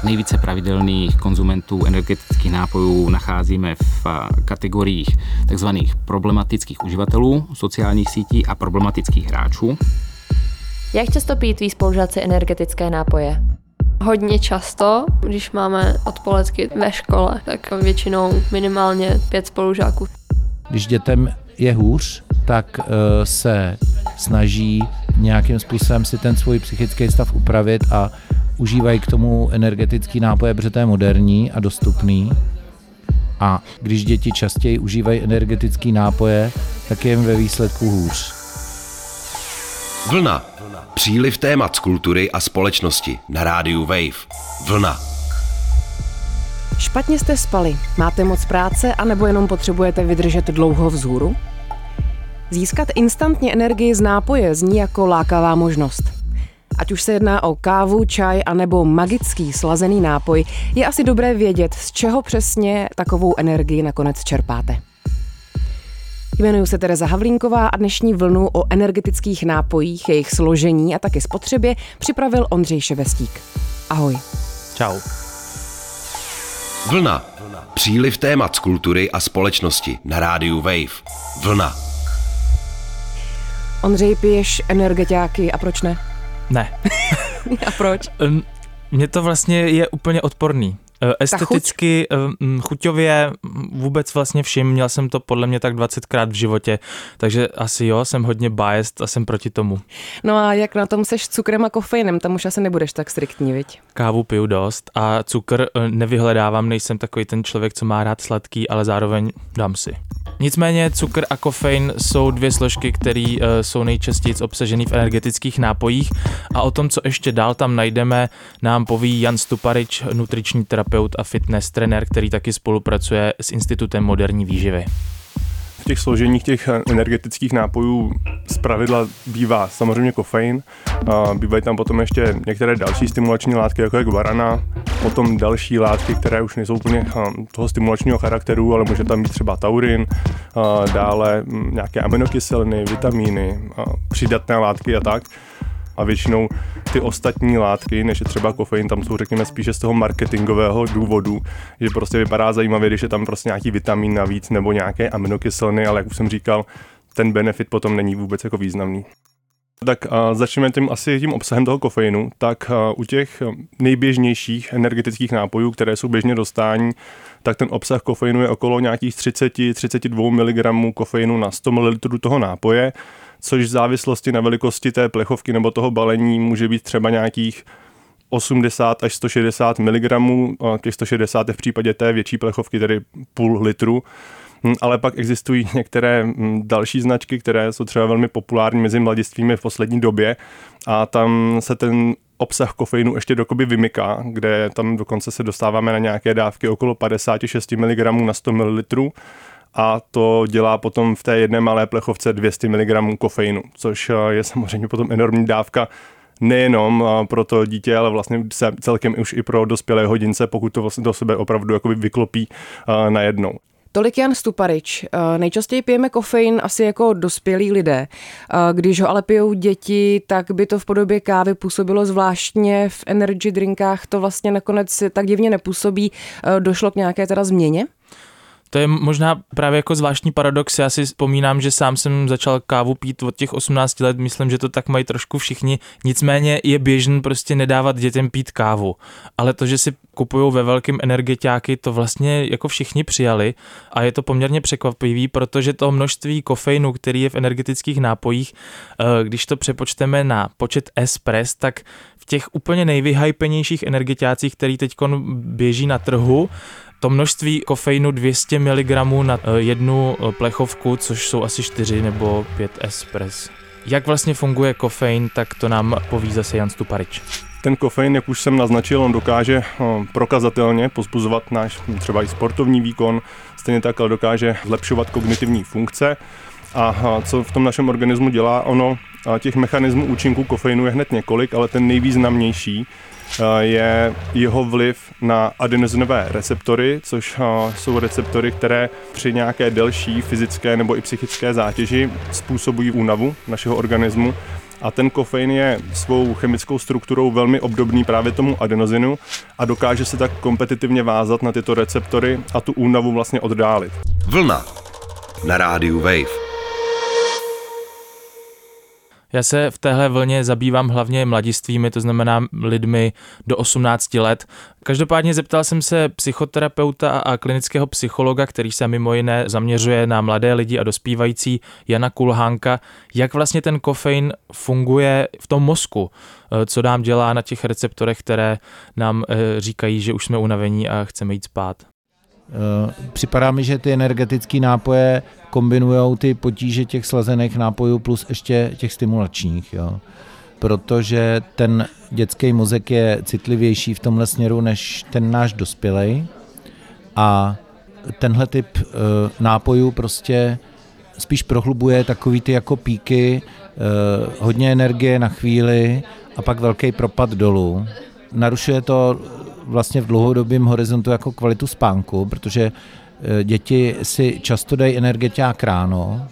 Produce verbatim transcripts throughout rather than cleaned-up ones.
Nejvíce pravidelných konzumentů energetických nápojů nacházíme v kategoriích tzv. Problematických uživatelů sociálních sítí a problematických hráčů. Jak často pijí tví spolužáci energetické nápoje? Hodně často, když máme odpoledky ve škole, tak většinou minimálně pět spolužáků. Když dětem je hůř, tak uh, se snaží nějakým způsobem si ten svůj psychický stav upravit a užívají k tomu energetický nápoje, protože to je moderní a dostupný. A když děti častěji užívají energetický nápoje, tak je jim ve výsledku hůř. Vlna. Příliv témat z kultury a společnosti na rádiu Wave. Vlna. Špatně jste spali, máte moc práce, anebo jenom potřebujete vydržet dlouho vzhůru? Získat instantně energii z nápoje zní jako lákavá možnost. Ať už se jedná o kávu, čaj anebo magický slazený nápoj, je asi dobré vědět, z čeho přesně takovou energii nakonec čerpáte. Jmenuji se Tereza Havlínková a dnešní vlnu o energetických nápojích, jejich složení a taky spotřebě připravil Ondřej Šebestík. Ahoj. Čau. Vlna. Příliv témat z kultury a společnosti na rádiu Wave. Vlna. Ondřej, piješ energetiáky a proč ne? Ne. A proč? Mně to vlastně je úplně odporný. Esteticky, chuť? chuťově, vůbec vlastně všim, měl jsem to podle mě tak dvacetkrát v životě, takže asi jo, jsem hodně biased a jsem proti tomu. No a jak na tom seš s cukrem a kofeinem, tam už asi nebudeš tak striktní, viď? Kávu piju dost a cukr nevyhledávám, nejsem takový ten člověk, co má rád sladký, ale zároveň dám si. Nicméně cukr a kofein jsou dvě složky, které uh, jsou nejčastěji obsažené v energetických nápojích a o tom, co ještě dál tam najdeme, nám poví Jan Stuparič, nutriční terapeut a fitness trenér, který taky spolupracuje s Institutem moderní výživy. V těch složeních těch energetických nápojů zpravidla bývá samozřejmě kofein, a bývají tam potom ještě některé další stimulační látky, jako je guarana, potom další látky, které už nejsou úplně toho stimulačního charakteru, ale může tam být třeba taurin, a dále nějaké aminokyseliny, vitamíny, a přidatné látky a tak. A většinou ty ostatní látky, než je třeba kofein, tam jsou řekněme spíše z toho marketingového důvodu, že prostě vypadá zajímavě, když je tam prostě nějaký vitamin navíc nebo nějaké aminokyseliny, ale jak už jsem říkal, ten benefit potom není vůbec jako významný. Tak a začneme tím asi tím obsahem toho kofeinu, tak u těch nejběžnějších energetických nápojů, které jsou běžně dostání, tak ten obsah kofeinu je okolo nějakých třicet až třicet dva miligramů kofeinu na sto mililitrů toho nápoje, což v závislosti na velikosti té plechovky nebo toho balení může být třeba nějakých osmdesát až sto šedesát miligramů, těch sto šedesát je v případě té větší plechovky, tedy půl litru. Ale pak existují některé další značky, které jsou třeba velmi populární mezi mladistvými v poslední době a tam se ten obsah kofeinu ještě dokoby vymyká, kde tam dokonce se dostáváme na nějaké dávky okolo padesát šest miligramů na sto mililitrů. A to dělá potom v té jedné malé plechovce dvě stě miligramů kofeinu, což je samozřejmě potom enormní dávka nejenom pro to dítě, ale vlastně celkem už i pro dospělé hodince, pokud to vlastně do sebe opravdu jakoby vyklopí najednou. Tolik Jan Stuparič. Nejčastěji pijeme kofein asi jako dospělí lidé. Když ho ale pijou děti, tak by to v podobě kávy působilo zvláštně. V energy drinkách to vlastně nakonec tak divně nepůsobí. Došlo k nějaké teda změně? To je možná právě jako zvláštní paradox. Já si vzpomínám, že sám jsem začal kávu pít od těch osmnácti let, myslím, že to tak mají trošku všichni. Nicméně je běžný prostě nedávat dětem pít kávu. Ale to, že si kupujou ve velkém energetiáky, to vlastně jako všichni přijali a je to poměrně překvapivý, protože to množství kofeinu, který je v energetických nápojích, když to přepočteme na počet espres, tak v těch úplně nejvyhypenějších energetiácích, který teď běží na trhu, to množství kofeinu dvě stě miligramů na jednu plechovku, což jsou asi čtyři nebo pět espres. Jak vlastně funguje kofein, tak to nám poví zase Jan Stuparič. Ten kofein, jak už jsem naznačil, on dokáže prokazatelně povzbuzovat náš třeba i sportovní výkon, stejně tak ale dokáže zlepšovat kognitivní funkce. A co v tom našem organismu dělá? Ono, těch mechanismů účinku kofeinu je hned několik, ale ten nejvýznamnější je jeho vliv na adenozinové receptory, což jsou receptory, které při nějaké delší fyzické nebo i psychické zátěži způsobují únavu našeho organismu A ten kofein je svou chemickou strukturou velmi obdobný právě tomu adenozinu a dokáže se tak kompetitivně vázat na tyto receptory a tu únavu vlastně oddálit. Vlna na rádiu Wave. Já se v téhle vlně zabývám hlavně mladistvími, to znamená lidmi do osmnácti let. Každopádně zeptal jsem se psychoterapeuta a klinického psychologa, který se mimo jiné zaměřuje na mladé lidi a dospívající, Jana Kulhánka, jak vlastně ten kofein funguje v tom mozku, co nám dělá na těch receptorech, které nám říkají, že už jsme unavení a chceme jít spát. Připadá mi, že ty energetické nápoje kombinujou ty potíže těch slazených nápojů plus ještě těch stimulačních, jo. Protože ten dětský mozek je citlivější v tomhle směru než ten náš dospělej a tenhle typ uh, nápojů prostě spíš prohlubuje takový ty jako píky, uh, hodně energie na chvíli a pak velký propad dolů. Narušuje to vlastně v dlouhodobém horizontu jako kvalitu spánku, protože děti si často dají energetiák ráno,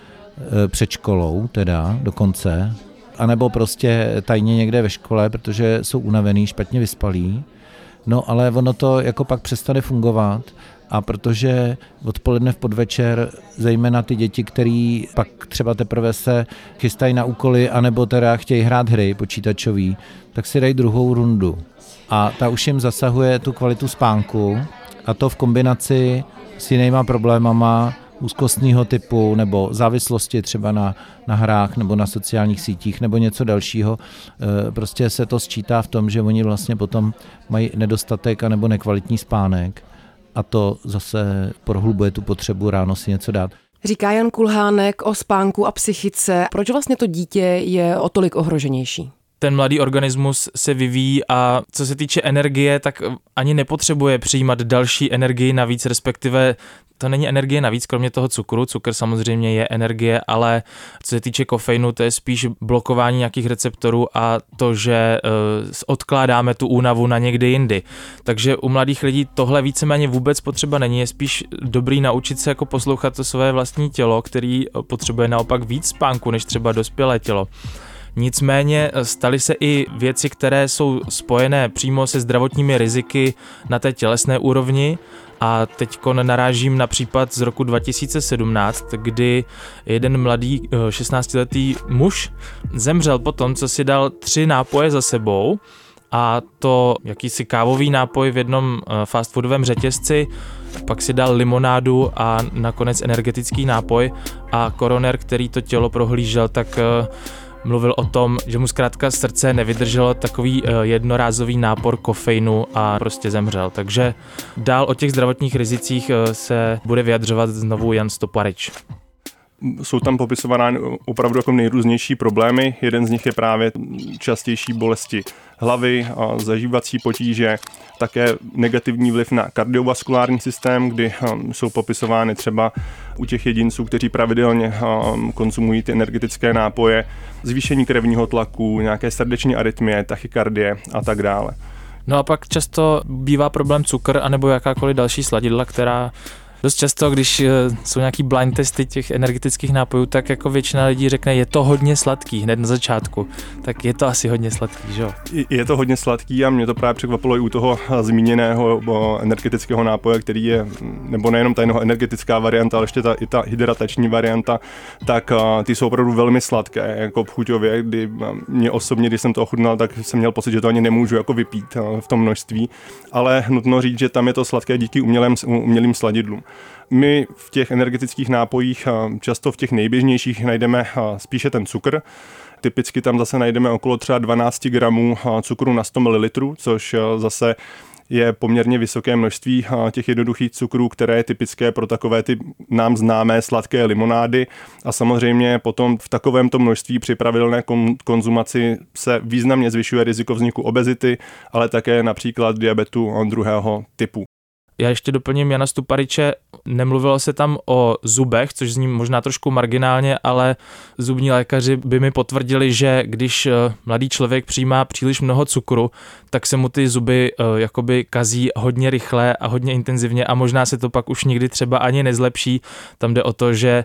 před školou teda dokonce, anebo prostě tajně někde ve škole, protože jsou unavený, špatně vyspalí. No ale ono to jako pak přestane fungovat a protože odpoledne v podvečer zejména ty děti, který pak třeba teprve se chystají na úkoly, anebo teda chtějí hrát hry počítačový, tak si dají druhou rundu. A ta už jim zasahuje tu kvalitu spánku a to v kombinaci s jinýma problémama úzkostného typu nebo závislosti třeba na, na hrách nebo na sociálních sítích nebo něco dalšího. Prostě se to sčítá v tom, že oni vlastně potom mají nedostatek a nebo nekvalitní spánek a to zase prohlubuje tu potřebu ráno si něco dát. Říká Jan Kulhánek o spánku a psychice. Proč vlastně to dítě je o tolik ohroženější? Ten mladý organismus se vyvíjí a co se týče energie, tak ani nepotřebuje přijímat další energii navíc, respektive to není energie navíc, kromě toho cukru. Cukr samozřejmě je energie, ale co se týče kofeinu, to je spíš blokování nějakých receptorů a to, že uh, odkládáme tu únavu na někdy jindy. Takže u mladých lidí tohle víceméně vůbec potřeba není. Je spíš dobrý naučit se jako poslouchat to své vlastní tělo, který potřebuje naopak víc spánku než třeba dospělé tělo. Nicméně staly se i věci, které jsou spojené přímo se zdravotními riziky na té tělesné úrovni a teďko narážím na případ z roku dva tisíce sedmnáct, kdy jeden mladý šestnáctiletý muž zemřel po tom, co si dal tři nápoje za sebou a to jakýsi kávový nápoj v jednom fast foodovém řetězci, pak si dal limonádu a nakonec energetický nápoj a koroner, který to tělo prohlížel, tak mluvil o tom, že mu zkrátka srdce nevydrželo takový jednorázový nápor kofeinu a prostě zemřel. Takže dál o těch zdravotních rizicích se bude vyjadřovat znovu Jan Stoparič. Jsou tam popisované opravdu jako nejrůznější problémy. Jeden z nich je právě častější bolesti hlavy, a zažívací potíže, také negativní vliv na kardiovaskulární systém, kdy jsou popisovány třeba u těch jedinců, kteří pravidelně konzumují ty energetické nápoje, zvýšení krevního tlaku, nějaké srdeční arytmie, tachykardie a tak dále. No a pak často bývá problém cukr anebo jakákoliv další sladidla, která dost často, když jsou nějaký blind testy těch energetických nápojů, tak jako většina lidí řekne, je to hodně sladký hned na začátku. Tak je to asi hodně sladký, že jo? Je to hodně sladký a mě to právě překvapilo i u toho zmíněného energetického nápoje, který je, nebo nejenom ta jeho energetická varianta, ale ještě ta, i ta hydratační varianta, tak ty jsou opravdu velmi sladké, jako chuťově, kdy mě osobně, když jsem to ochutnal, tak jsem měl pocit, že to ani nemůžu jako vypít v tom množství, ale nutno říct, že tam je to sladké díky umělým, umělým sladidlům. My v těch energetických nápojích, často v těch nejběžnějších, najdeme spíše ten cukr. Typicky tam zase najdeme okolo třeba dvanáct gramů cukru na sto mililitrů, což zase je poměrně vysoké množství těch jednoduchých cukrů, které je typické pro takové ty nám známé sladké limonády. A samozřejmě potom v takovémto množství při pravidelné konzumaci se významně zvyšuje riziko vzniku obezity, ale také například diabetu druhého typu. Já ještě doplním Jana Stupariče, nemluvilo se tam o zubech, což zní možná trošku marginálně, ale zubní lékaři by mi potvrdili, že když mladý člověk přijímá příliš mnoho cukru, tak se mu ty zuby jakoby kazí hodně rychle a hodně intenzivně a možná se to pak už nikdy třeba ani nezlepší. Tam jde o to, že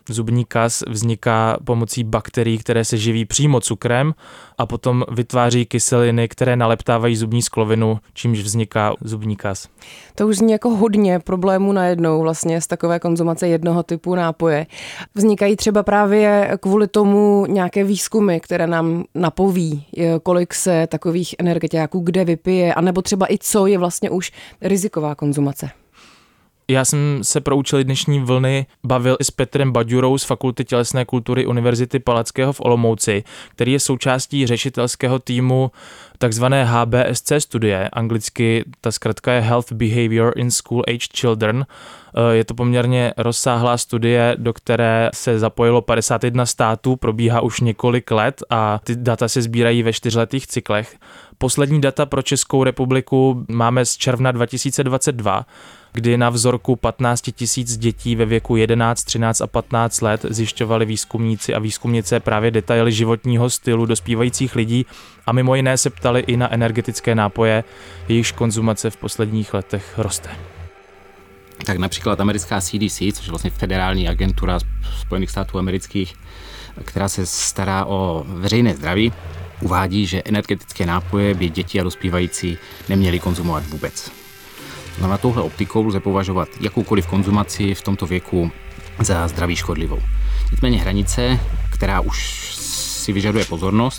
Zubní kas vzniká pomocí bakterií, které se živí přímo cukrem a potom vytváří kyseliny, které naleptávají zubní sklovinu, čímž vzniká zubní kas. To už zní jako hodně problémů najednou vlastně z takové konzumace jednoho typu nápoje. Vznikají třeba právě kvůli tomu nějaké výzkumy, které nám napoví, kolik se takových energetiáků kde vypije, anebo třeba i co je vlastně už riziková konzumace. Já jsem se pro účely dnešní vlny bavil i s Petrem Baďurou z Fakulty tělesné kultury Univerzity Palackého v Olomouci, který je součástí řešitelského týmu takzvané H B S C studie, anglicky ta zkratka je Health Behavior in School Age Children. Je to poměrně rozsáhlá studie, do které se zapojilo padesát jedna států, probíhá už několik let a ty data se sbírají ve čtyřletých cyklech. Poslední data pro Českou republiku máme z června dva tisíce dvacet dva, kdy na vzorku patnáct tisíc dětí ve věku jedenáct, třináct a patnáct let zjišťovali výzkumníci a výzkumnice právě detaily životního stylu dospívajících lidí a mimo jiné se ptali i na energetické nápoje, jejichž konzumace v posledních letech roste. Tak například americká C D C, což je vlastně federální agentura Spojených států amerických, která se stará o veřejné zdraví, uvádí, že energetické nápoje by děti a dospívající neměli konzumovat vůbec. No na touhle optikou lze považovat jakoukoliv konzumaci v tomto věku za zdraví škodlivou. Nicméně hranice, která už si vyžaduje pozornost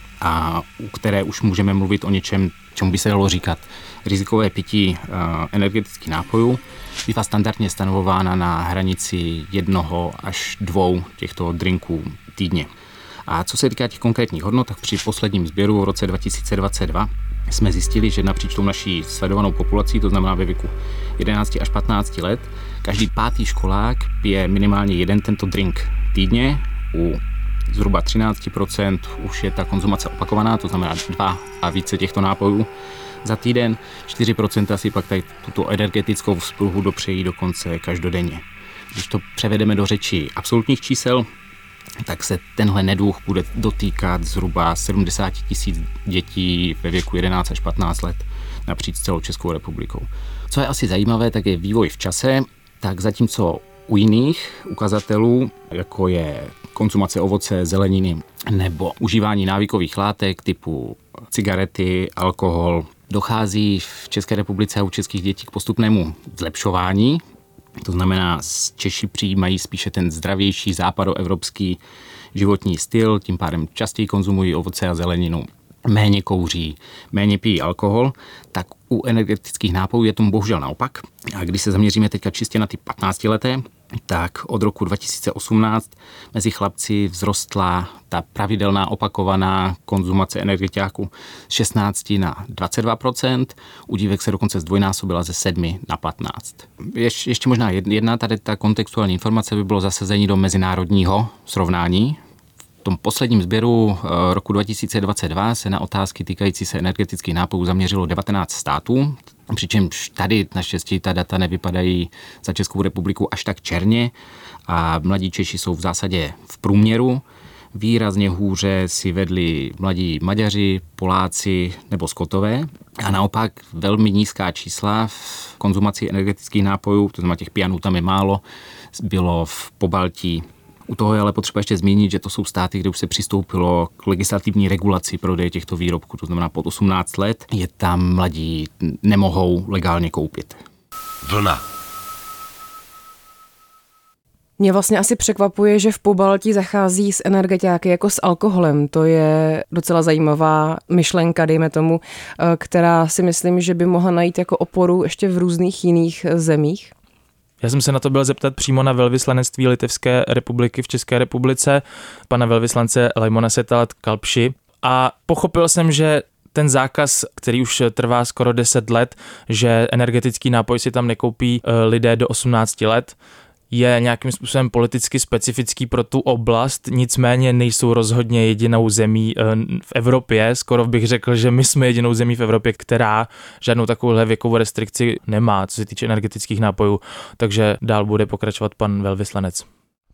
a u které už můžeme mluvit o něčem, čemu by se dalo říkat rizikové pití energetických nápojů, bývá standardně stanovována na hranici jednoho až dvou těchto drinků týdně. A co se týká těch konkrétních hodnot, tak při posledním sběru v roce dva tisíce dvacet dva jsme zjistili, že napříč tou naší sledovanou populací, to znamená ve věku jedenáct až patnáct let, každý pátý školák pije minimálně jeden tento drink týdně. U zhruba třináct procent už je ta konzumace opakovaná, to znamená dva a více těchto nápojů za týden. čtyři procenta si pak tady tuto energetickou vzpruhu dopřejí dokonce každodenně. Když to převedeme do řeči absolutních čísel, tak se tenhle neduch bude dotýkat zhruba sedmdesát tisíc dětí ve věku jedenáct až patnáct let napříč celou Českou republikou. Co je asi zajímavé, tak je vývoj v čase, tak zatímco u jiných ukazatelů, jako je konzumace ovoce, zeleniny nebo užívání návykových látek typu cigarety, alkohol, dochází v České republice a u českých dětí k postupnému zlepšování. To znamená, Češi přijímají spíše ten zdravější západoevropský životní styl, tím pádem častěji konzumují ovoce a zeleninu, méně kouří, méně pijí alkohol, tak u energetických nápojů je tomu bohužel naopak. A když se zaměříme teďka čistě na ty patnáctileté, tak od roku dva tisíce osmnáct mezi chlapci vzrostla ta pravidelná opakovaná konzumace energetiáku z šestnáct na dvacet dva procent, u dívek se dokonce zdvojnásobila ze sedm na patnáct. Ješ, ještě možná jedna, tady ta kontextuální informace by bylo zasazení do mezinárodního srovnání. V tom posledním sběru roku dva tisíce dvacet dva se na otázky týkající se energetických nápojů zaměřilo devatenáct států, přičemž tady naštěstí ta data nevypadají za Českou republiku až tak černě a mladí Češi jsou v zásadě v průměru. Výrazně hůře si vedli mladí Maďaři, Poláci nebo Skotové a naopak velmi nízká čísla v konzumaci energetických nápojů, to znamená těch pijanů tam je málo, bylo v Pobaltí. U toho je ale potřeba ještě zmínit, že to jsou státy, kde už se přistoupilo k legislativní regulaci prodeje těchto výrobků, to znamená pod osmnáct let je tam mladí nemohou legálně koupit. Vlna. Mě vlastně asi překvapuje, že v Pobaltí zachází s energetiáky jako s alkoholem. To je docela zajímavá myšlenka, dejme tomu, která si myslím, že by mohla najít jako oporu ještě v různých jiných zemích. Já jsem se na to byl zeptat přímo na velvyslanectví Litevské republiky v České republice, pana velvyslance Laimonase Talat Kalpši, a pochopil jsem, že ten zákaz, který už trvá skoro deset let, že energetický nápoj si tam nekoupí lidé do osmnácti let, je nějakým způsobem politicky specifický pro tu oblast, nicméně nejsou rozhodně jedinou zemí v Evropě. Skoro bych řekl, že my jsme jedinou zemí v Evropě, která žádnou takovouhle věkovou restrikci nemá, co se týče energetických nápojů. Takže dál bude pokračovat pan velvyslanec.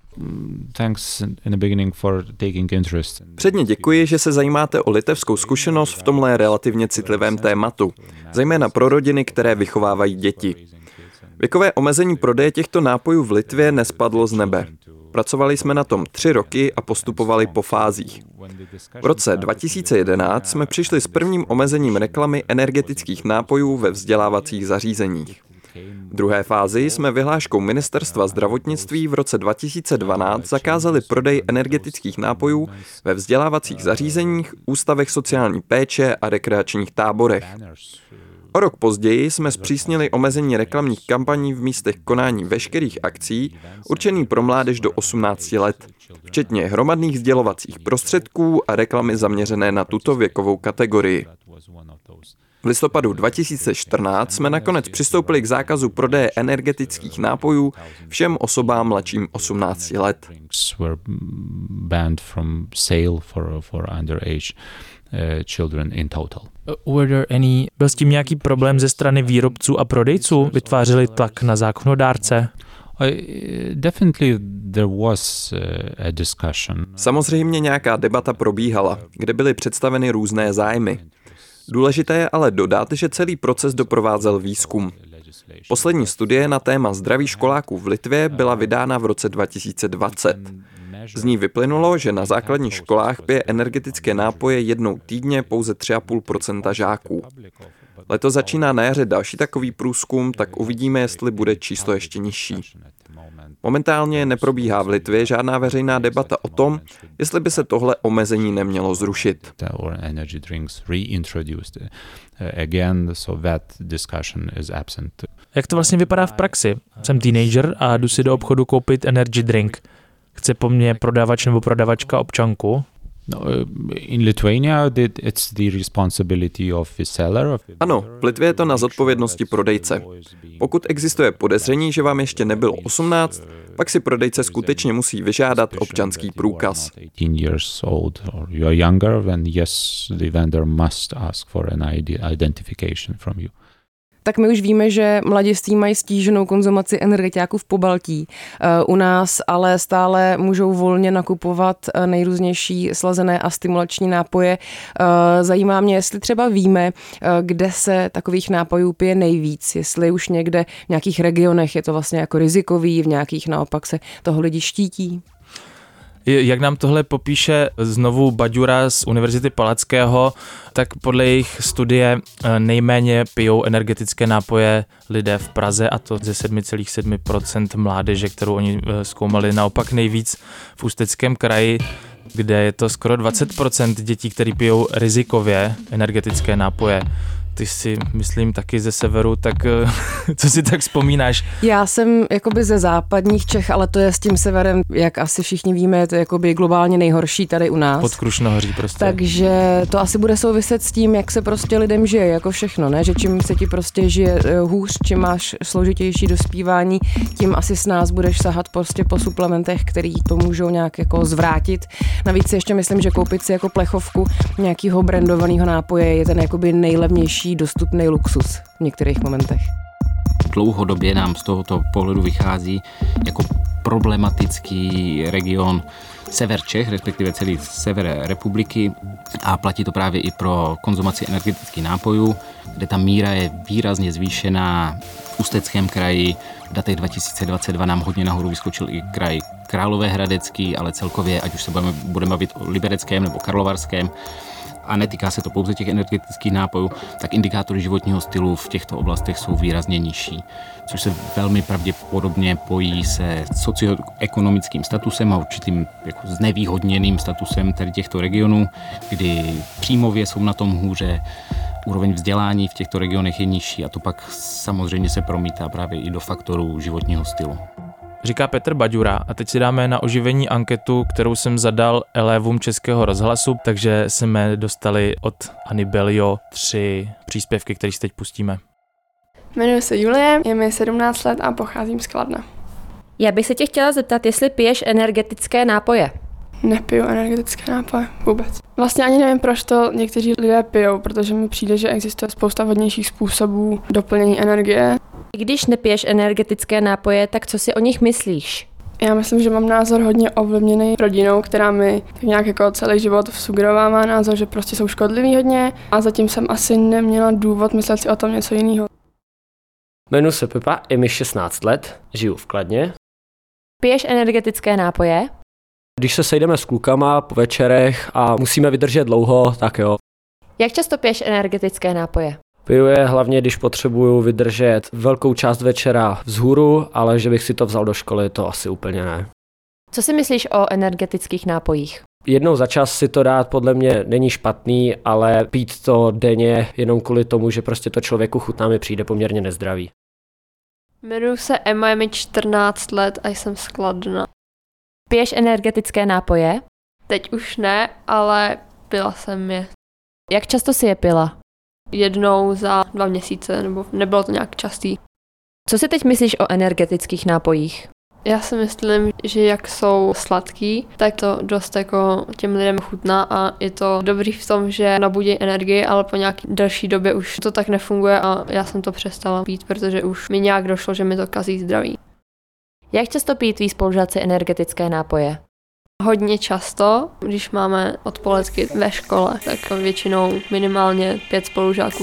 Předně děkuji, že se zajímáte o litevskou zkušenost v tomhle relativně citlivém tématu, zejména pro rodiny, které vychovávají děti. Věkové omezení prodeje těchto nápojů v Litvě nespadlo z nebe. Pracovali jsme na tom tři roky a postupovali po fázích. V roce dva tisíce jedenáct jsme přišli s prvním omezením reklamy energetických nápojů ve vzdělávacích zařízeních. V druhé fázi jsme vyhláškou Ministerstva zdravotnictví v roce dva tisíce dvanáct zakázali prodej energetických nápojů ve vzdělávacích zařízeních, ústavech sociální péče a rekreačních táborech. O rok později jsme zpřísnili omezení reklamních kampaní v místech konání veškerých akcí určených pro mládež do osmnácti let, včetně hromadných sdělovacích prostředků a reklamy zaměřené na tuto věkovou kategorii. V listopadu dva tisíce čtrnáct jsme nakonec přistoupili k zákazu prodeje energetických nápojů všem osobám mladším osmnácti let. Byl s tím nějaký problém ze strany výrobců a prodejců? Vytvářeli tlak na zákonodárce? Samozřejmě nějaká debata probíhala, kde byly představeny různé zájmy. Důležité je ale dodat, že celý proces doprovázel výzkum. Poslední studie na téma zdraví školáků v Litvě byla vydána v roce dva tisíce dvacet. Z ní vyplynulo, že na základních školách pije energetické nápoje jednou týdně pouze tři a půl procenta žáků. Letos začíná na jaře další takový průzkum, tak uvidíme, jestli bude číslo ještě nižší. Momentálně neprobíhá v Litvě žádná veřejná debata o tom, jestli by se tohle omezení nemělo zrušit. Jak to vlastně vypadá v praxi? Jsem teenager a jdu si do obchodu koupit energy drink. Chce po mně prodavač nebo prodavačka občanku? In Lithuania, it's the responsibility of the seller. Ano, v Litvě je to na zodpovědnosti prodejce. Pokud existuje podezření, že vám ještě nebylo osmnáct, pak si prodejce skutečně musí vyžádat občanský průkaz. years old or you are younger, then yes, the vendor must ask for an I D identification from you. Tak my už víme, že mladiství mají stíženou konzumaci energetiáků v Pobaltí. U nás ale stále můžou volně nakupovat nejrůznější slazené a stimulační nápoje. Zajímá mě, jestli třeba víme, kde se takových nápojů pije nejvíc, jestli už někde v nějakých regionech je to vlastně jako rizikový, v nějakých naopak se toho lidi štítí. Jak nám tohle popíše znovu Baďura z Univerzity Palackého, tak podle jejich studie nejméně pijou energetické nápoje lidé v Praze, a to ze sedm celá sedm procenta mládeže, kterou oni zkoumali, naopak nejvíc v Ústeckém kraji, kde je to skoro dvacet procent dětí, které pijou rizikově energetické nápoje. Ty si, myslím, taky ze severu, tak co si tak vzpomínáš? Já jsem jakoby ze západních Čech, ale to je s tím severem, jak asi všichni víme, je to jakoby globálně nejhorší tady u nás. Pod Krušnohoří prostě. Takže to asi bude souviset s tím, jak se prostě lidem žije, jako všechno, ne? Že čím se ti prostě žije hůř, čím máš složitější dospívání, tím asi s nás budeš sahat prostě po suplementech, který to můžou nějak jako zvrátit. Navíc si ještě myslím, že koupit si jako plechovku nějakého brandovaného nápoje je ten jakoby nejlevnější dostupný luxus v některých momentech. Dlouhodobě nám z tohoto pohledu vychází jako problematický region sever Čech, respektive celý sever republiky, a platí to právě i pro konzumaci energetických nápojů, kde ta míra je výrazně zvýšená v Ústeckém kraji. V datech dva tisíce dvacet dva nám hodně nahoru vyskočil i kraj Královéhradecký, ale celkově, ať už se budeme, budeme bavit o Libereckém nebo Karlovarském, a netýká se to pouze těch energetických nápojů, tak indikátory životního stylu v těchto oblastech jsou výrazně nižší, což se velmi pravděpodobně pojí se socioekonomickým statusem a určitým jako znevýhodněným statusem tady těchto regionů, kdy příjmově jsou na tom hůře, úroveň vzdělání v těchto regionech je nižší a to pak samozřejmě se promítá právě i do faktorů životního stylu. Říká Petr Baďura a teď si dáme na oživení anketu, kterou jsem zadal elévům Českého rozhlasu, takže jsme dostali od Anny Belio tři příspěvky, které si teď pustíme. Jmenuji se Julie, je mi sedmnáct let a pocházím z Kladna. Já bych se tě chtěla zeptat, jestli piješ energetické nápoje. Nepiju energetické nápoje vůbec. Vlastně ani nevím, proč to někteří lidé pijou, protože mi přijde, že existuje spousta vhodnějších způsobů doplnění energie. I když nepiješ energetické nápoje, tak co si o nich myslíš? Já myslím, že mám názor hodně ovlivněný rodinou, která mi tak nějak jako celý život vsugerovala má názor, že prostě jsou škodlivý hodně a zatím jsem asi neměla důvod myslet si o tom něco jiného. Jmenuji se Pepa, je mi šestnáct let, žiju v Kladně. Piješ energetické nápoje? Když se sejdeme s klukama po večerech a musíme vydržet dlouho, tak jo. Jak často piješ energetické nápoje? Piju je hlavně, když potřebuju vydržet velkou část večera vzhůru, ale že bych si to vzal do školy, to asi úplně ne. Co si myslíš o energetických nápojích? Jednou za čas si to dát podle mě není špatný, ale pít to denně jenom kvůli tomu, že prostě to člověku chutná, mi přijde poměrně nezdravý. Jmenuji se Emma, je mi čtrnáct let a jsem z Kladna. Piješ energetické nápoje? Teď už ne, ale pila jsem je. Jak často si je pila? Jednou za dva měsíce, nebo nebylo to nějak častý. Co si teď myslíš o energetických nápojích? Já si myslím, že jak jsou sladký, tak to dost jako těm lidem chutná a je to dobrý v tom, že nabudí energii, ale po nějaké delší době už to tak nefunguje a já jsem to přestala pít, protože už mi nějak došlo, že mi to kazí zdraví. Jak často pijí tví spolužáci energetické nápoje? Hodně často, když máme odpoledky ve škole, tak většinou minimálně pět spolužáků.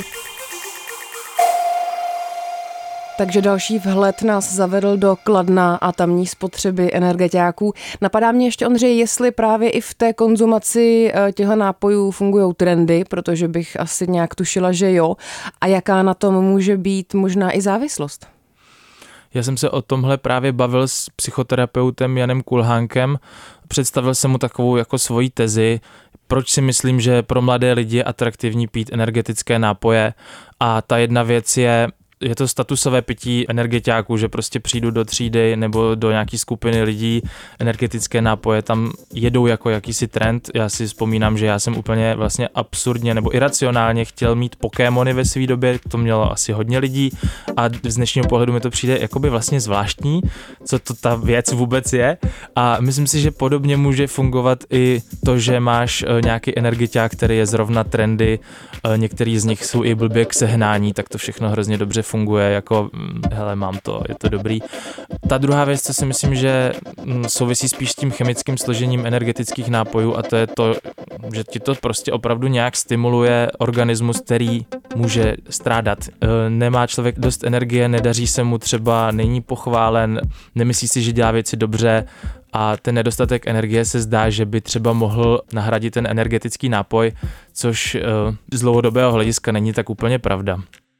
Takže další vhled nás zavedl do Kladna a tamní spotřeby energetiáků. Napadá mě ještě, Ondřej, jestli právě i v té konzumaci těchto nápojů fungují trendy, protože bych asi nějak tušila, že jo. A jaká na tom může být možná i závislost? Já jsem se o tomhle právě bavil s psychoterapeutem Janem Kulhánkem. Představil jsem mu takovou jako svoji tezi, proč si myslím, že pro mladé lidi je atraktivní pít energetické nápoje. A ta jedna věc je, je to statusové pití energetiáků, že prostě přijdu do třídy nebo do nějaký skupiny lidí, energetické nápoje tam jedou jako jakýsi trend. Já si vzpomínám, že já jsem úplně vlastně absurdně nebo iracionálně chtěl mít Pokémony ve své době, to mělo asi hodně lidí a z dnešního pohledu mi to přijde jakoby vlastně zvláštní, co to ta věc vůbec je a myslím si, že podobně může fungovat i to, že máš nějaký energetiák, který je zrovna trendy, některý z nich jsou i blbě k sehnání, tak to všechno hrozně dobře funguje, jako hele, mám to, je to dobrý. Ta druhá věc, co si myslím, že souvisí spíš s tím chemickým složením energetických nápojů a to je to, že ti to prostě opravdu nějak stimuluje organismus, který může strádat. Nemá člověk dost energie, nedaří se mu třeba, není pochválen, nemyslí si, že dělá věci dobře a ten nedostatek energie se zdá, že by třeba mohl nahradit ten energetický nápoj, což z dlouhodobého hlediska není tak úplně pravda.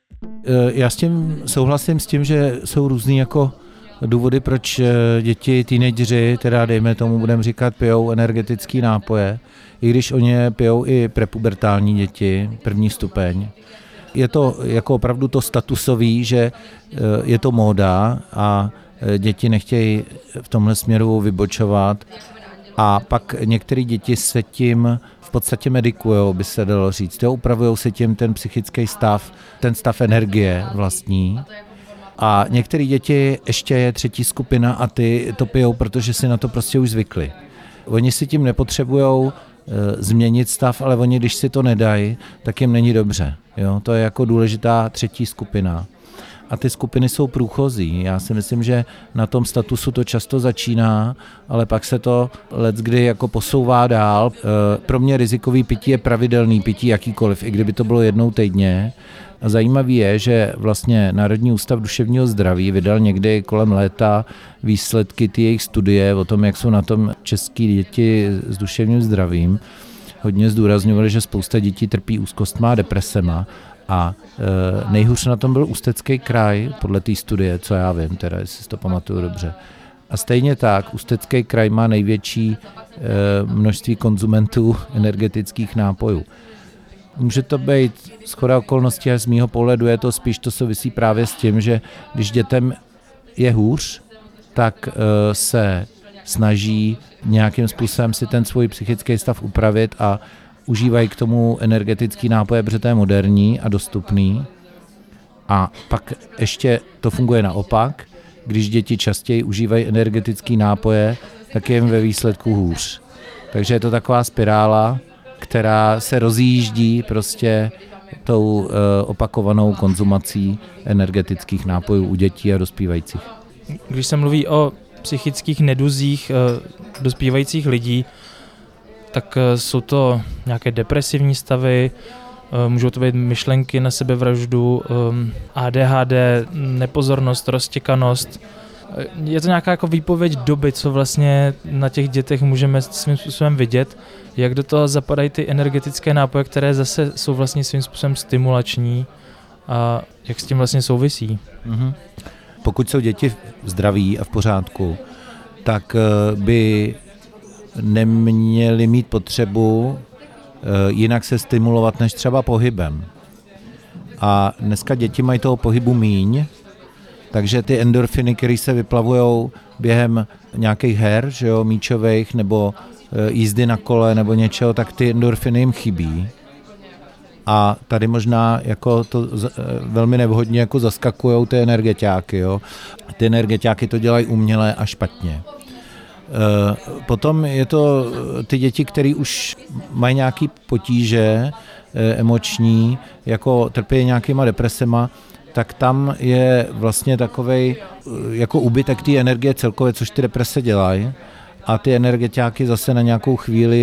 Já s tím souhlasím s tím, že jsou různý jako důvody, proč děti, teenageři, teda dejme tomu, budeme říkat, pijou energetický nápoje, i když oni pijou i prepubertální děti, první stupeň. Je to jako opravdu to statusový, že je to móda a děti nechtějí v tomhle směru vybočovat a pak některé děti se tím v podstatě medikujou, by se dalo říct. Upravují se tím ten psychický stav, ten stav energie vlastní. A některé děti ještě je třetí skupina a ty to pijou, protože si na to prostě už zvykli. Oni si tím nepotřebujou e, změnit stav, ale oni, když si to nedají, tak jim není dobře. Jo? To je jako důležitá třetí skupina. A ty skupiny jsou průchozí. Já si myslím, že na tom statusu to často začíná, ale pak se to leckdy jako posouvá dál. Pro mě rizikový pití je pravidelný pití jakýkoliv, i kdyby to bylo jednou týdně. A zajímavý je, že vlastně Národní ústav duševního zdraví vydal někdy kolem léta výsledky ty jejich studie o tom, jak jsou na tom české děti s duševním zdravím. Hodně zdůrazňovali, že spousta dětí trpí úzkostma a depresema. A e, nejhůř na tom byl Ústecký kraj, podle té studie, co já vím, teda, jestli si to pamatuju dobře. A stejně tak, Ústecký kraj má největší e, množství konzumentů energetických nápojů. Může to být shoda okolností, a z mýho pohledu je to spíš, to souvisí právě s tím, že když dětem je hůř, tak e, se snaží nějakým způsobem si ten svůj psychický stav upravit a užívají k tomu energetický nápoje, protože to je moderní a dostupný. A pak ještě to funguje naopak, když děti častěji užívají energetický nápoje, tak je jim ve výsledku hůř. Takže je to taková spirála, která se rozjíždí prostě tou e, opakovanou konzumací energetických nápojů u dětí a dospívajících. Když se mluví o psychických neduzích e, dospívajících lidí, tak jsou to nějaké depresivní stavy, můžou to být myšlenky na sebevraždu, A D H D, nepozornost, roztěkanost, Je to nějaká jako výpověď doby, co vlastně na těch dětech můžeme svým způsobem vidět, jak do toho zapadají ty energetické nápoje, které zase jsou vlastně svým způsobem stimulační a jak s tím vlastně souvisí. Mm-hmm. Pokud jsou děti zdraví a v pořádku, tak by neměli mít potřebu jinak se stimulovat než třeba pohybem. A dneska děti mají toho pohybu míň, takže ty endorfiny, které se vyplavujou během nějakých her, že jo, míčových nebo jízdy na kole nebo něčeho, tak ty endorfiny jim chybí. A tady možná jako to velmi nevhodně jako zaskakujou ty energetiáky. Jo. Ty energetiáky to dělají uměle a špatně. Potom je to ty děti, které už mají nějaké potíže emoční, jako trpí nějakýma depresema, tak tam je vlastně takovej jako úbytek té energie celkově, což ty deprese dělají. A ty energetiáky zase na nějakou chvíli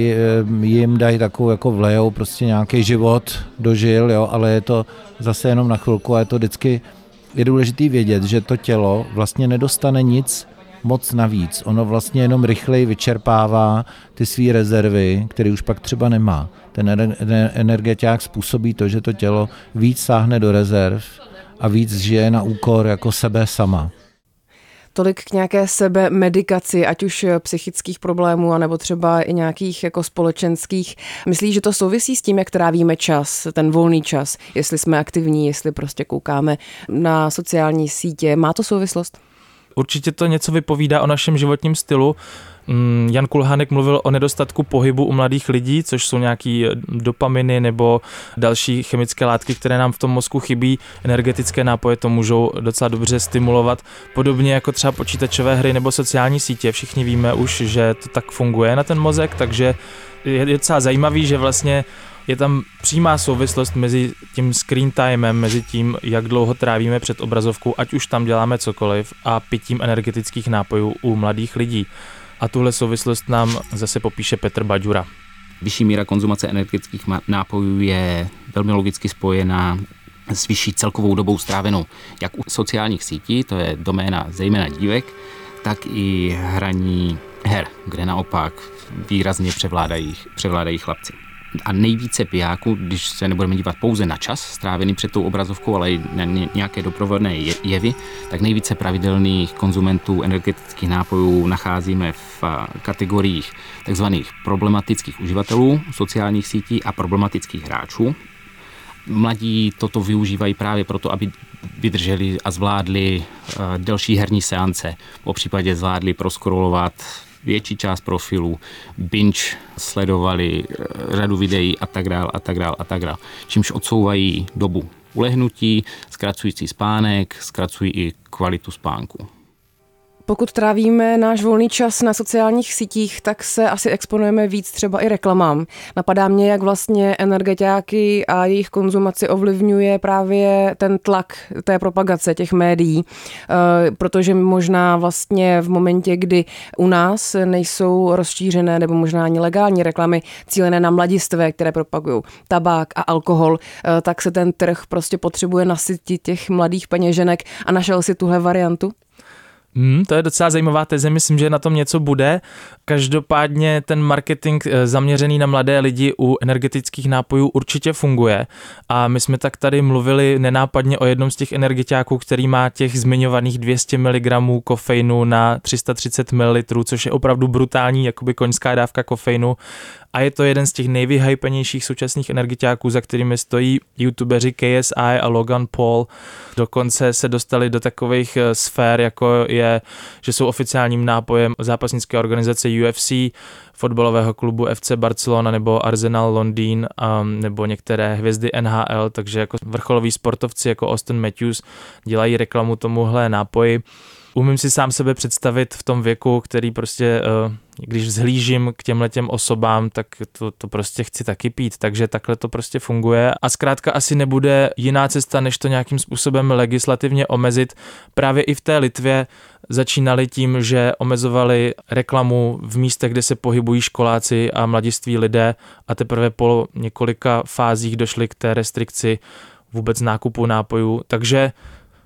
jim dají takovou, jako vlejou prostě nějaký život do žil, jo, ale je to zase jenom na chvilku a je to vždycky, je důležitý vědět, že to tělo vlastně nedostane nic moc navíc. Ono vlastně jenom rychleji vyčerpává ty své rezervy, které už pak třeba nemá. Ten energetiák způsobí to, že to tělo víc sáhne do rezerv a víc žije na úkor jako sebe sama. Tolik k nějaké sebemedikaci, ať už psychických problémů, anebo třeba i nějakých jako společenských. Myslíš, že to souvisí s tím, jak trávíme čas, ten volný čas, jestli jsme aktivní, jestli prostě koukáme na sociální sítě. Má to souvislost? Určitě to něco vypovídá o našem životním stylu. Jan Kulhánek mluvil o nedostatku pohybu u mladých lidí, což jsou nějaký dopaminy nebo další chemické látky, které nám v tom mozku chybí. Energetické nápoje to můžou docela dobře stimulovat. Podobně jako třeba počítačové hry nebo sociální sítě. Všichni víme už, že to tak funguje na ten mozek, takže je docela zajímavý, že vlastně je tam přímá souvislost mezi tím screen timem, mezi tím, jak dlouho trávíme před obrazovkou, ať už tam děláme cokoliv, a pitím energetických nápojů u mladých lidí. A tuhle souvislost nám zase popíše Petr Baďura. Vyšší míra konzumace energetických nápojů je velmi logicky spojená s vyšší celkovou dobou strávenou jak u sociálních sítí, to je doména zejména dívek, tak i hraní her, kde naopak výrazně převládají, převládají chlapci. A nejvíce pijáků, když se nebudeme dívat pouze na čas strávený před tou obrazovkou, ale i na nějaké doprovodné jevy, tak nejvíce pravidelných konzumentů energetických nápojů nacházíme v kategoriích takzvaných problematických uživatelů sociálních sítí a problematických hráčů. Mladí toto využívají právě proto, aby vydrželi a zvládli delší herní seance, popřípadě zvládli proskrolovat větší část profilů, binge sledovali řadu videí a tak dál a tak dál a tak dál. Čímž odsouvají dobu ulehnutí, zkracující spánek, zkracují i kvalitu spánku. Pokud trávíme náš volný čas na sociálních sítích, tak se asi exponujeme víc třeba i reklamám. Napadá mě, jak vlastně energetiáky a jejich konzumaci ovlivňuje právě ten tlak té propagace těch médií, protože možná vlastně v momentě, kdy u nás nejsou rozšířené nebo možná ani legální reklamy cílené na mladistvé, které propagují tabák a alkohol, tak se ten trh prostě potřebuje nasytit těch mladých peněženek a našel si tuhle variantu? Hmm, to je docela zajímavá teze, myslím, že na tom něco bude. Každopádně ten marketing zaměřený na mladé lidi u energetických nápojů určitě funguje a my jsme tak tady mluvili nenápadně o jednom z těch energetiáků, který má těch zmiňovaných dvě stě miligramů kofeinu na tři sta třicet mililitrů, což je opravdu brutální, jakoby koňská dávka kofeinu. A je to jeden z těch nejvyhypenějších současných energetiáků, za kterými stojí youtubeři K S I a Logan Paul. Dokonce se dostali do takových sfér, jako je, že jsou oficiálním nápojem zápasnické organizace U F C, fotbalového klubu F C Barcelona nebo Arsenal Londýn, um, nebo některé hvězdy N H L, takže jako vrcholoví sportovci jako Austin Matthews dělají reklamu tomuhle nápoji. Umím si sám sebe představit v tom věku, který prostě, když vzhlížím k těmhletěm osobám, tak to, to prostě chci taky pít, takže takhle to prostě funguje a zkrátka asi nebude jiná cesta, než to nějakým způsobem legislativně omezit. Právě i v té Litvě začínali tím, že omezovali reklamu v místech, kde se pohybují školáci a mladiství lidé a teprve po několika fázích došli k té restrikci vůbec nákupu nápojů, takže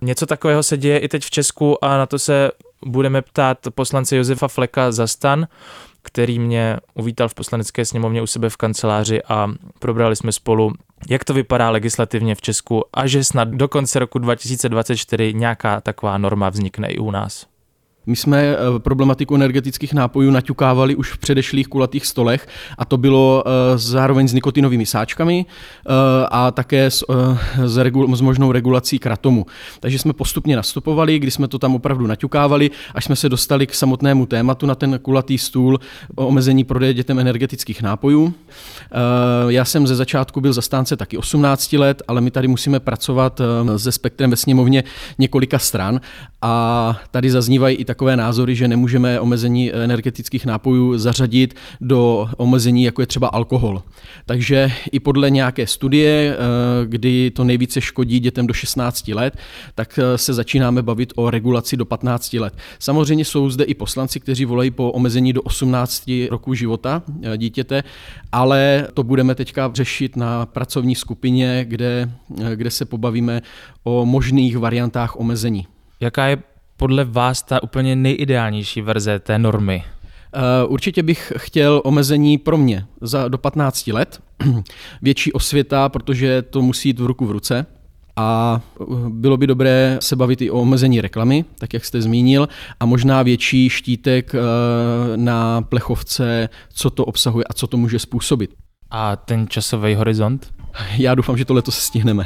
Něco takového se děje i teď v Česku a na to se budeme ptát poslance Josefa Fleka za STAN, který mě uvítal v poslanecké sněmovně u sebe v kanceláři a probrali jsme spolu, jak to vypadá legislativně v Česku a že snad do konce roku dva tisíce dvacet čtyři nějaká taková norma vznikne i u nás. My jsme problematiku energetických nápojů naťukávali už v předešlých kulatých stolech a to bylo zároveň s nikotinovými sáčkami a také s, s, regul, s možnou regulací kratomu. Takže jsme postupně nastupovali, kdy jsme to tam opravdu naťukávali, až jsme se dostali k samotnému tématu na ten kulatý stůl o omezení prodeje dětem energetických nápojů. Já jsem ze začátku byl zastánce taky osmnácti let, ale my tady musíme pracovat se spektrem ve sněmovně několika stran a tady zaznívají i takové názory, že nemůžeme omezení energetických nápojů zařadit do omezení, jako je třeba alkohol. Takže i podle nějaké studie, kdy to nejvíce škodí dětem do šestnácti let, tak se začínáme bavit o regulaci do patnácti let. Samozřejmě jsou zde i poslanci, kteří volají po omezení do osmnácti roků života dítěte, ale to budeme teďka řešit na pracovní skupině, kde, kde se pobavíme o možných variantách omezení. Jaká je podle vás ta úplně nejideálnější verze té normy? Určitě bych chtěl omezení pro mě za do patnácti let, větší osvěta, protože to musí jít v ruku v ruce. A bylo by dobré se bavit i o omezení reklamy, tak jak jste zmínil, a možná větší štítek na plechovce, co to obsahuje a co to může způsobit. A ten časový horizont? Já doufám, že to letos stihneme.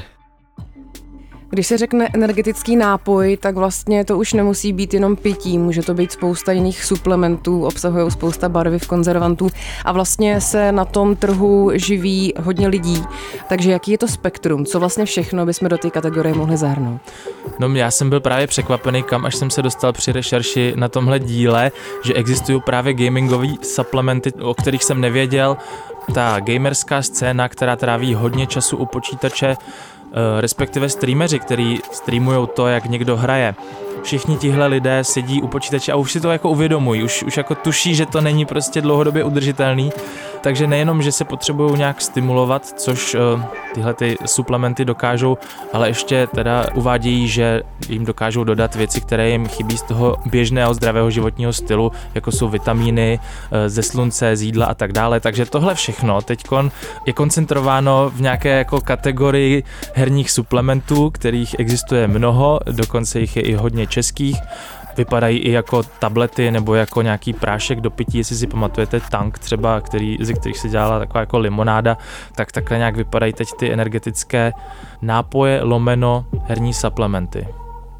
Když se řekne energetický nápoj, tak vlastně to už nemusí být jenom pití, může to být spousta jiných suplementů, obsahují spousta barviv, konzervantů a vlastně se na tom trhu živí hodně lidí. Takže jaký je to spektrum? Co vlastně všechno bychom do té kategorie mohli zahrnout? No já jsem byl právě překvapený, kam až jsem se dostal při rešerši na tomhle díle, že existují právě gamingové suplementy, o kterých jsem nevěděl. Ta gamerská scéna, která tráví hodně času u počítače, respektive streameři, kteří streamují to, jak někdo hraje. Všichni tihle lidé sedí u počítače a už si to jako uvědomují, už, už jako tuší, že to není prostě dlouhodobě udržitelný, takže nejenom, že se potřebují nějak stimulovat, což uh, tyhle ty suplementy dokážou, ale ještě teda uvádějí, že jim dokážou dodat věci, které jim chybí z toho běžného zdravého životního stylu, jako jsou vitamíny uh, ze slunce, z jídla a tak dále, takže tohle všechno teďkon je koncentrováno v nějaké jako kategorii herních suplementů, kterých existuje mnoho, dokonce jich je i hodně českých. Vypadají i jako tablety nebo jako nějaký prášek do pití, jestli si pamatujete Tank třeba, který, ze kterých se dělala taková jako limonáda, tak takhle nějak vypadají teď ty energetické nápoje lomeno herní suplementy.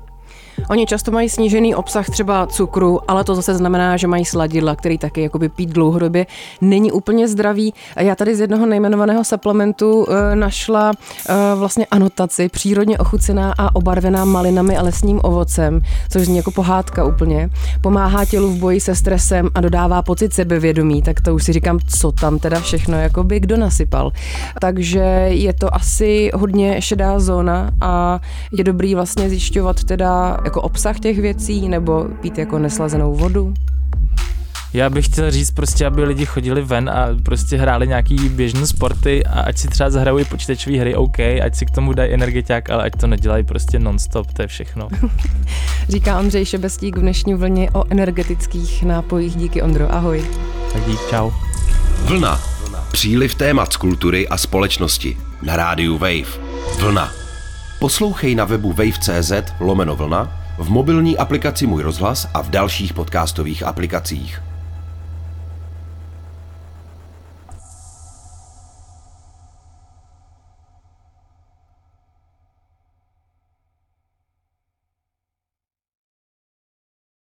Oni často mají snížený obsah třeba cukru, ale to zase znamená, že mají sladidla, který taky jakoby pít dlouhodobě není úplně zdravý. Já tady z jednoho nejmenovaného suplementu e, našla e, vlastně anotaci přírodně ochucená a obarvená malinami a lesním ovocem, což zní jako pohádka úplně. Pomáhá tělu v boji se stresem a dodává pocit sebevědomí, tak to už si říkám, co tam teda všechno jakoby kdo nasypal. Takže je to asi hodně šedá zóna a je dobrý vlastně zjišťovat teda jako obsah těch věcí, nebo pít jako neslazenou vodu? Já bych chtěl říct prostě, aby lidi chodili ven a prostě hráli nějaký běžné sporty a ať si třeba zahrajou i počítačové hry, OK, ať si k tomu dají energetiák, ale ať to nedělají prostě non-stop, to je všechno. Říká Ondřej Šebestík v dnešní vlně o energetických nápojích. Díky, Ondro, ahoj. Tak dík, čau. Vlna. Příliv témat z kultury a společnosti na rádiu Wave. Vlna. Poslouchej na webu wave tečka cé zet lomeno vlna, v mobilní aplikaci Můj rozhlas a v dalších podcastových aplikacích.